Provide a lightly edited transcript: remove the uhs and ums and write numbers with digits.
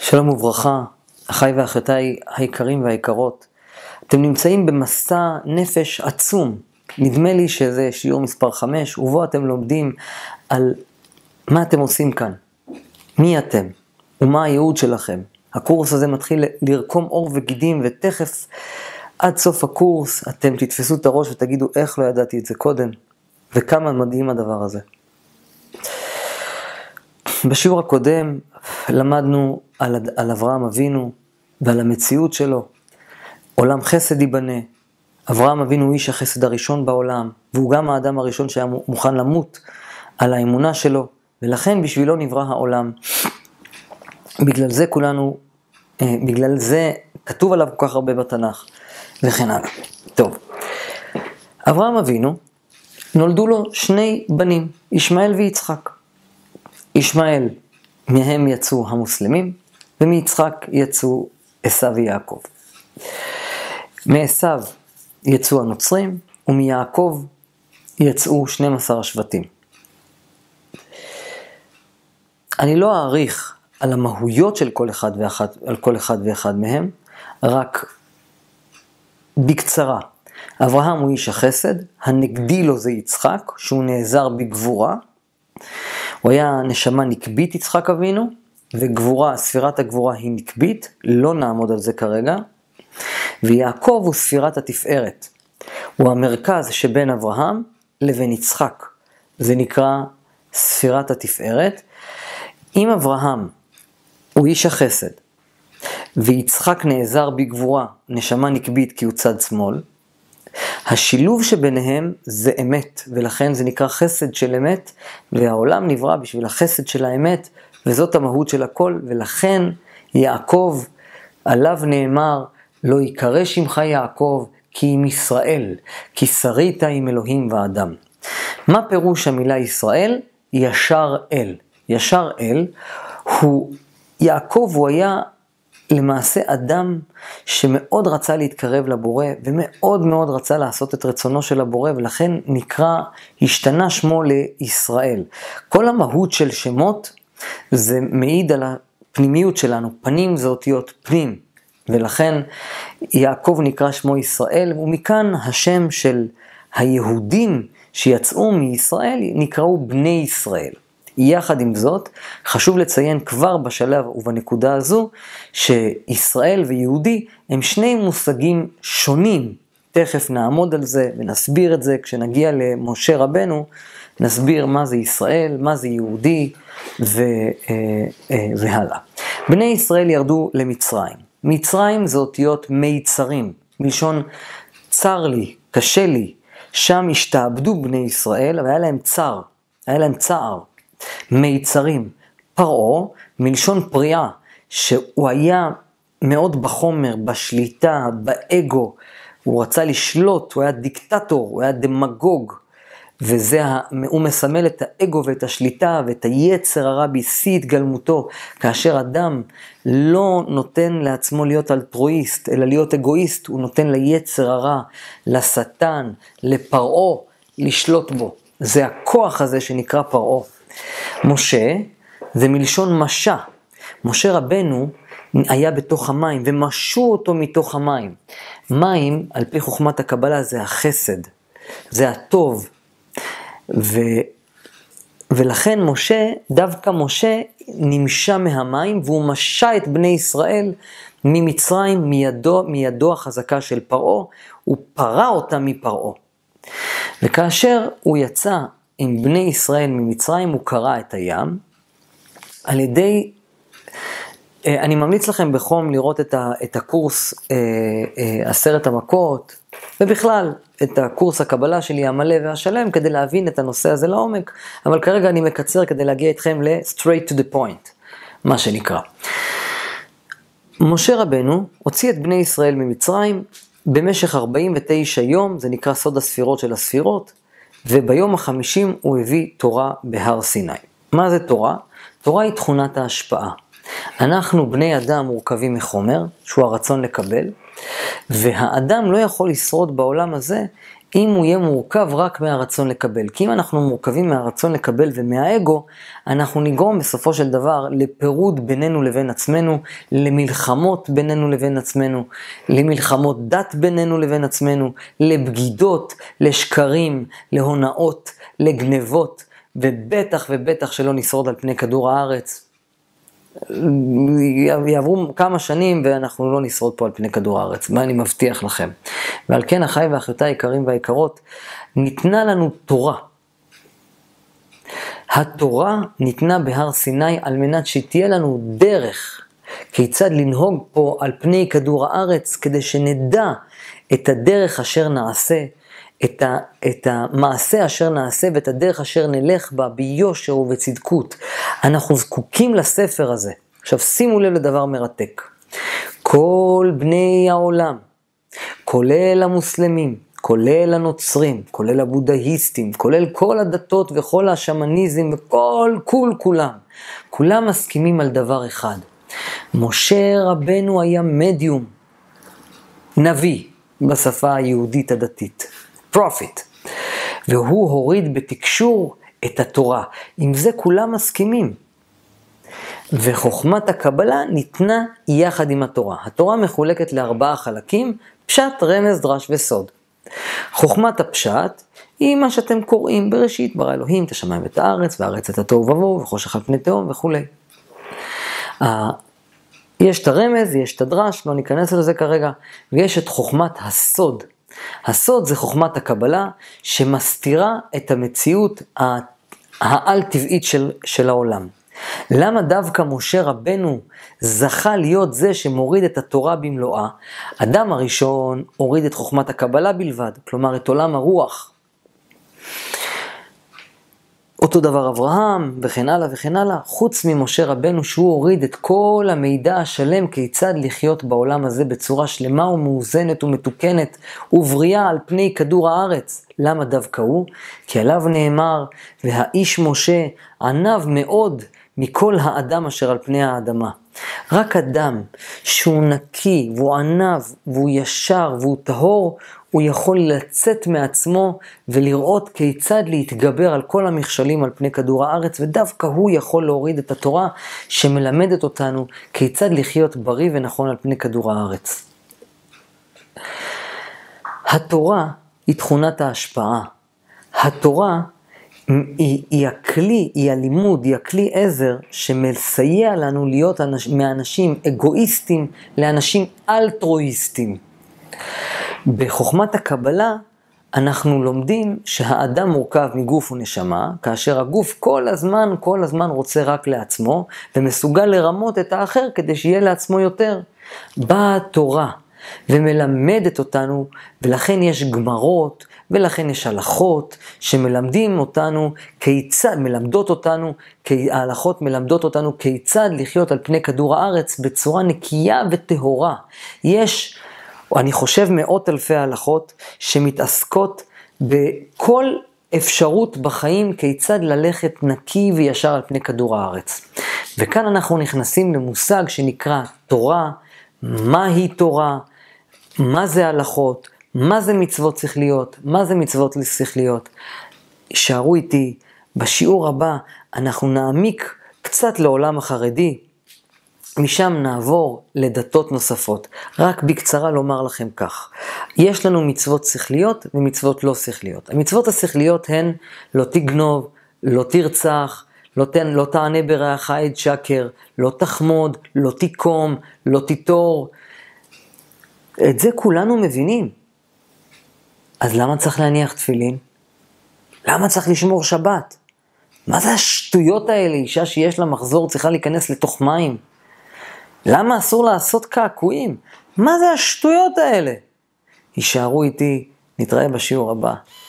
שלום וברכה, אחיי ואחיותיי היקרים והיקרות. אתם נמצאים במסע נפש עצום. נדמה לי שזה שיעור מספר 5, ובו אתם לומדים על מה אתם עושים כאן. מי אתם? ומה הייעוד שלכם? הקורס הזה מתחיל לרקום עור וגידים, ותכף עד סוף הקורס אתם תתפסו את הראש ותגידו איך לא ידעתי את זה קודם, וכמה מדהים הדבר הזה. בשיעור הקודם למדנו על אברהם אבינו ועל המציאות שלו. עולם חסד ייבנה. אברהם אבינו הוא איש החסד הראשון בעולם, והוא גם האדם הראשון שהיה מוכן למות על האמונה שלו, ולכן בשבילו נברא העולם. בגלל זה כתוב עליו כל כך הרבה בתנ"ך, וכן הלאה. טוב, אברהם אבינו נולדו לו שני בנים, ישמעאל ויצחק. ישמעאל, מהם יצאו המוסלמים, ומיצחק יצאו עשיו ויעקב. מעשיו יצאו הנוצרים, ומיעקב יצאו 12 השבטים. אני לא אעריך על המהויות של כל אחד ואחד מהם, רק בקצרה. אברהם הוא איש החסד, הנגדי לו זה יצחק, שהוא נעזר בגבורה. הוא היה נשמה נקבית יצחק אבינו, וגבורה, ספירת הגבורה היא נקבית, לא נעמוד על זה כרגע. ויעקב הוא ספירת התפארת. הוא המרכז שבין אברהם לבין יצחק. זה נקרא ספירת התפארת. אם אברהם הוא איש החסד, ויצחק נעזר בגבורה, נשמה נקבית כי הוא צד שמאל, השילוב שביניהם זה אמת, ולכן זה נקרא חסד של אמת, והעולם נברא בשביל החסד של האמת, וזאת המהות של הכל, ולכן יעקב, עליו נאמר, לא יקרא שמך יעקב, כי עם ישראל, כי שרית עם אלוהים ואדם. מה פירוש המילה ישראל? ישר אל. ישר אל, יעקב הוא היה למעשה אדם שמאוד רצה להתקרב לבורא, ומאוד מאוד רצה לעשות את רצונו של הבורא, ולכן השתנה שמו לישראל. כל המהות של שמות זה מעיד על הפנימיות שלנו, פנים זה אותיות פנים, ולכן יעקב נקרא שמו ישראל, ומכאן השם של היהודים שיצאו מישראל נקראו בני ישראל. יחד עם זאת, חשוב לציין כבר בשלב ובנקודה הזו, שישראל ויהודי הם שני מושגים שונים. תכף נעמוד על זה ונסביר את זה, כשנגיע למשה רבנו, נסביר מה זה ישראל, מה זה יהודי והלאה. בני ישראל ירדו למצרים. מצרים זה אותיות מיצרים, מלשון צר לי, קשה לי. שם השתעבדו בני ישראל, אבל היה להם צער. מיצרים. פרעה, מלשון פריאה, שהוא היה מאוד בחומר, בשליטה, באגו, הוא רצה לשלוט, הוא היה דיקטטור, הוא היה דמגוג, הוא מסמל את האגו ואת השליטה ואת היצר הרע בשיא התגלמותו, כאשר אדם לא נותן לעצמו להיות אלטרואיסט, אלא להיות אגואיסט, הוא נותן ליצר הרע, לשטן, לפרעה, לשלוט בו. זה הכוח הזה שנקרא פרעה. משה זה מלשון משע. משה רבנו היה בתוך המים ומשו אותו מתוך המים. מים על פי חוכמת הקבלה זה החסד, זה הטוב. ולכן דווקא משה נמשה מהמים, והוא משע את בני ישראל ממצרים, מידו החזקה של פרעה, הוא פרע אותם מפרעה. וכאשר הוא יצא עם בני ישראל ממצרים, הוא קרע את הים, על ידי, אני ממליץ לכם בחום לראות את הקורס 10 המכות, ובכלל את הקורס הקבלה שלי המלא והשלם, כדי להבין את הנושא הזה לעומק, אבל כרגע אני מקצר כדי להגיע איתכם ל-straight to the point, מה שנקרא. משה רבנו הוציא את בני ישראל ממצרים, במשך 49 יום, זה נקרא סוד הספירות של הספירות, וביום ה-50 הוא הביא תורה בהר סיני. מה זה תורה? תורה היא תכונת ההשפעה. אנחנו בני אדם מורכבים מחומר, שהוא הרצון לקבל, והאדם לא יכול לשרוד בעולם הזה, אם הוא יהיה מורכב רק מהרצון לקבל. כי אם אנחנו מורכבים מהרצון לקבל ומהאגו, אנחנו נגרום בסופו של דבר לפירוד בינינו לבין עצמנו, למלחמות בינינו לבין עצמנו, למלחמות דת בינינו לבין עצמנו, לבגידות, לשקרים, להונאות, לגנבות, ובטח ובטח שלא נשרוד על פני כדור הארץ. יעברו כמה שנים ואנחנו לא נשרוד פה על פני כדור הארץ, מה אני מבטיח לכם. ועל כן אחי ואחיותיי היקרים והיקרות, ניתנה לנו תורה. התורה ניתנה בהר סיני על מנת שתהיה לנו דרך כיצד לנהוג פה על פני כדור הארץ, כדי שנדע את הדרך אשר נעשה, את המעשה אשר נעשה ואת הדרך אשר נלך בה ביושר ובצדקות. אנחנו זקוקים לספר הזה. עכשיו שימו לב לדבר מרתק. כל בני העולם, כולל המוסלמים, כולל הנוצרים, כולל הבודהיסטים, כולל כל הדתות וכל השמניזם כולם מסכימים על דבר אחד. משה רבנו היה מדיום, נביא בשפה היהודית הדתית. פרופיט, והוא הוריד בתקשור את התורה. עם זה כולם מסכימים. וחוכמת הקבלה ניתנה יחד עם התורה. התורה מחולקת ל4 חלקים, פשט, רמז, דרש וסוד. חוכמת הפשט היא מה שאתם קוראים בראשית ברא אלוהים את השמיים ואת הארץ, והארץ את התוהו ובוהו, וחושך על פני תהום וכו'. יש את הרמז, יש את הדרש, לא ניכנס לזה כרגע, ויש את חוכמת הסוד. הסוד זה חוכמת הקבלה שמסתירה את המציאות העל-טבעית של העולם. למה דווקא משה רבנו זכה להיות זה שמוריד את התורה במלואה? אדם הראשון הוריד את חוכמת הקבלה בלבד, כלומר את עולם הרוח. אותו דבר אברהם וכן הלאה וכן הלאה, חוץ ממשה רבנו שהוא הוריד את כל המידע השלם כיצד לחיות בעולם הזה בצורה שלמה ומאוזנת ומתוקנת ובריאה על פני כדור הארץ. למה דווקא הוא? כי עליו נאמר, והאיש משה ענב מאוד מכל האדם אשר על פני האדמה. רק אדם שהוא נקי והוא ענב והוא ישר והוא טהור, הוא יכול לצאת מעצמו ולראות כיצד להתגבר על כל המכשלים על פני כדור הארץ, ודווקא הוא יכול להוריד את התורה שמלמדת אותנו כיצד לחיות בריא ונכון על פני כדור הארץ. התורה היא תכונת ההשפעה. התורה היא הכלי, היא הלימוד, היא הכלי עזר שמסייע לנו להיות מאנשים אגואיסטים לאנשים אלטרואיסטים. בחוכמת הקבלה אנחנו לומדים שהאדם מורכב מגוף ונשמה, כאשר הגוף כל הזמן רוצה רק לעצמו, ומסוגל לרמות את האחר כדי שיהיה לעצמו יותר. באה התורה ומלמדת אותנו, ולכן יש גמרות, ולכן יש הלכות שמלמדים אותנו ההלכות מלמדות אותנו כיצד לחיות על פני כדור הארץ בצורה נקייה וטהורה. יש, אני חושב, 100,000 הלכות שמתעסקות בכל אפשרות בחיים כיצד ללכת נקי וישר על פני כדור הארץ. וכאן אנחנו נכנסים למושג שנקרא תורה. מהי תורה? מה זה הלכות? מה זה מצוות שכליות? מה זה מצוות שכליות? שערו איתי, בשיעור הבא אנחנו נעמיק קצת לעולם החרדי, משם נעבור לדתות נוספות. רק בקצרה לומר לכם כך, יש לנו מצוות שכליות ומצוות לא שכליות. המצוות השכליות הן לא תגנוב, לא תרצח, לא תענה ברעך עד שקר, לא תחמוד, לא תיקום, לא תיטור. את זה כולנו מבינים. אז למה צריך להניח תפילין? למה צריך לשמור שבת? מה זה השטויות האלה? אישה שיש לה מחזור צריכה להיכנס לתוך מים. למה אסור לעשות קעקועים? מה זה השטויות האלה? הישארו איתי, נתראה בשיעור הבא.